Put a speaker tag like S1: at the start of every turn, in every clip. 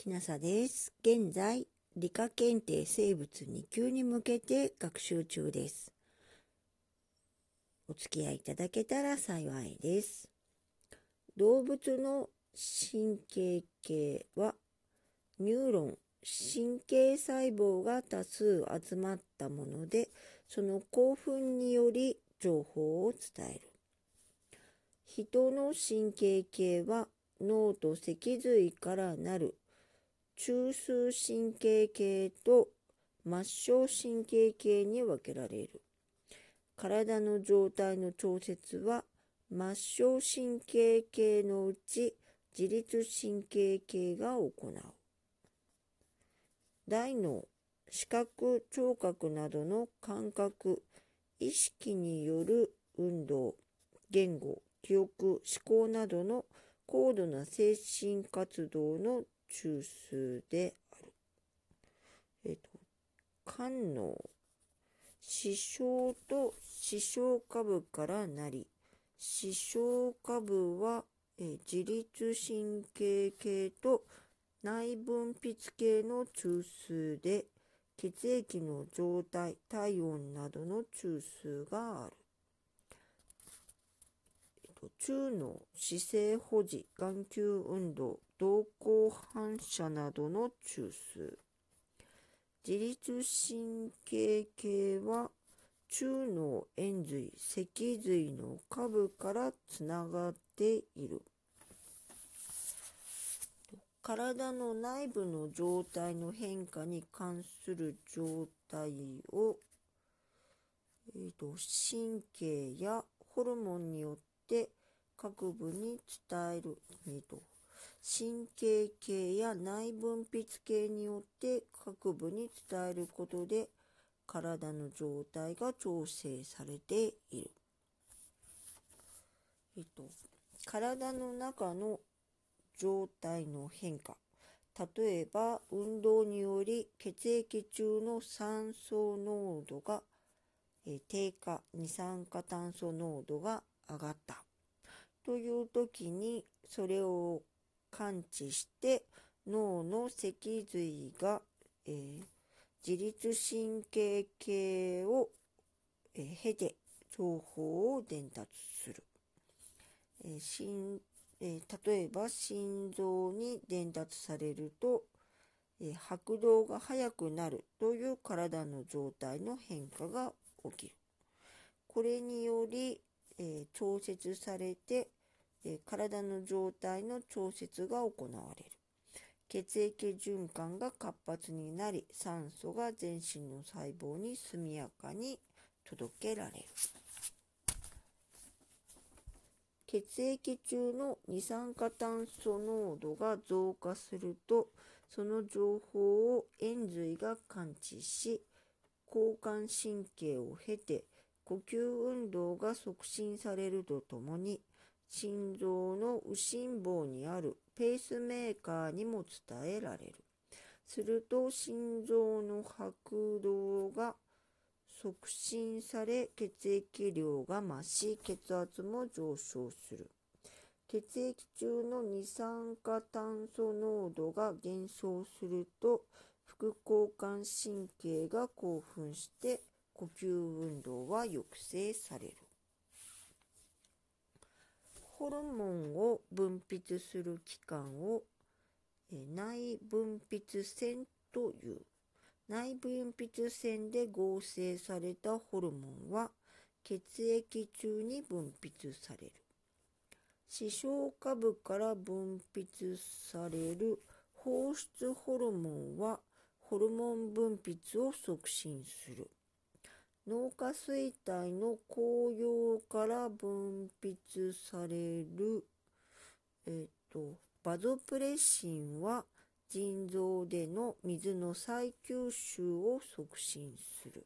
S1: きなさです。現在、理科検定生物2級に向けて学習中です。お付き合いいただけたら幸いです。動物の神経系は、ニューロン、神経細胞が多数集まったもので、その興奮により情報を伝える。人の神経系は、脳と脊髄からなる中枢神経系と末梢神経系に分けられる。体の状態の調節は末梢神経系のうち自律神経系が行う。大脳、視覚、聴覚などの感覚、意識による運動、言語、記憶、思考などの高度な精神活動の中枢である。間脳、視床と視床下部からなり、視床下部は自律神経系と内分泌系の中枢で、血液の状態、体温などの中枢がある。中脳、姿勢保持、眼球運動、瞳孔反射などの中枢。自律神経系は中脳延髄、脊髄の下部からつながっている。体の内部の状態の変化に関する状態を、神経やホルモンによって各部に伝える。神経系や内分泌系によって各部に伝えることで体の状態が調整されている。体の中の状態の変化。例えば運動により血液中の酸素濃度が低下、二酸化炭素濃度が上がったという時に、それを感知して脳の脊髄が、自律神経系を、経て情報を伝達する。例えば心臓に伝達されると、拍動が速くなるという体の状態の変化が起きる。これにより、調節されて、体の状態の調節が行われる。血液循環が活発になり、酸素が全身の細胞に速やかに届けられる。血液中の二酸化炭素濃度が増加すると、その情報を延髄が感知し、交感神経を経て呼吸運動が促進されるとともに、心臓の右心房にあるペースメーカーにも伝えられる。すると心臓の拍動が促進され、血液量が増し、血圧も上昇する。血液中の二酸化炭素濃度が減少すると、副交感神経が興奮して呼吸運動は抑制される。ホルモンを分泌する器官を内分泌腺という。内分泌腺で合成されたホルモンは血液中に分泌される。視床下部から分泌される放出ホルモンはホルモン分泌を促進する。脳下垂体の後葉から分泌される、バゾプレシンは腎臓での水の再吸収を促進する。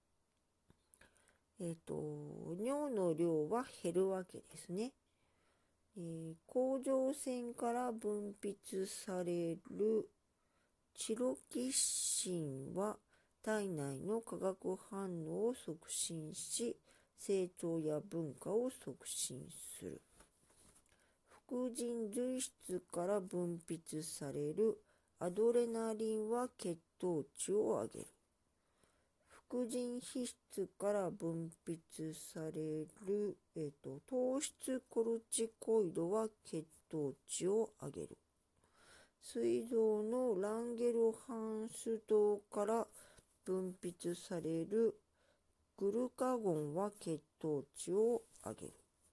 S1: 尿の量は減るわけですね。甲状腺から分泌されるチロキシンは体内の化学反応を促進し、成長や分化を促進する。副腎髄質から分泌されるアドレナリンは血糖値を上げる。副腎皮質から分泌される、糖質コルチコイドは血糖値を上げる。膵臓のランゲルハンス島から分泌されるグルカゴンは血糖値を上げる。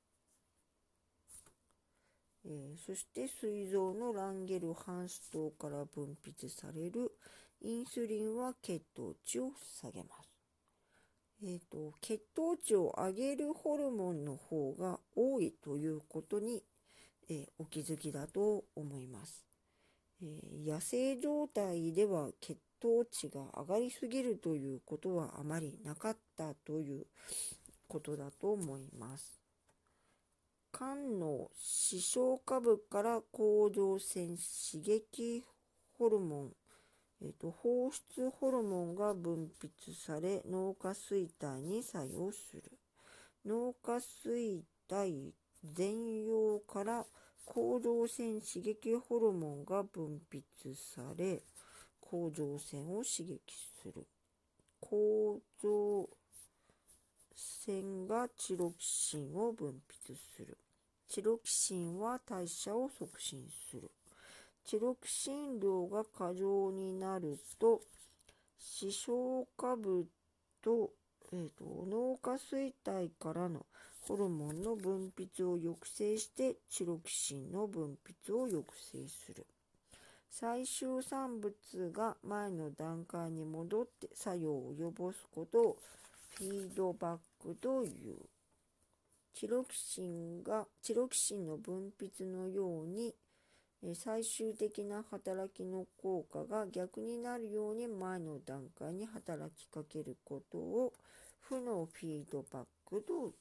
S1: そして膵臓のランゲルハンス島から分泌されるインスリンは血糖値を下げます。血糖値を上げるホルモンの方が多いということに、お気づきだと思います。野生状態では血糖値が上がりすぎるということはあまりなかったということだと思います。肝の視床下部から甲状腺刺激ホルモン、放出ホルモンが分泌され脳下垂体に作用する。脳下垂体前葉から甲状腺刺激ホルモンが分泌され甲状腺を刺激する。甲状腺がチロキシンを分泌する。チロキシンは代謝を促進する。チロキシン量が過剰になると視床下部と、脳下垂体からのホルモンの分泌を抑制してチロキシンの分泌を抑制する。最終産物が前の段階に戻って作用を及ぼすことをフィードバックという。チロキシンの分泌のように最終的な働きの効果が逆になるように前の段階に働きかけることを負のフィードバックという。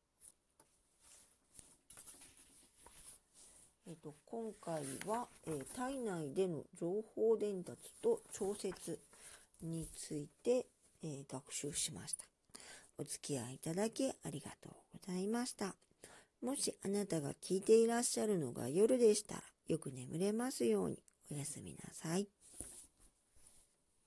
S1: 今回は、体内での情報伝達と調節について、学習しました。お付き合いいただきありがとうございました。もしあなたが聞いていらっしゃるのが夜でしたらよく眠れますようにおやすみなさい。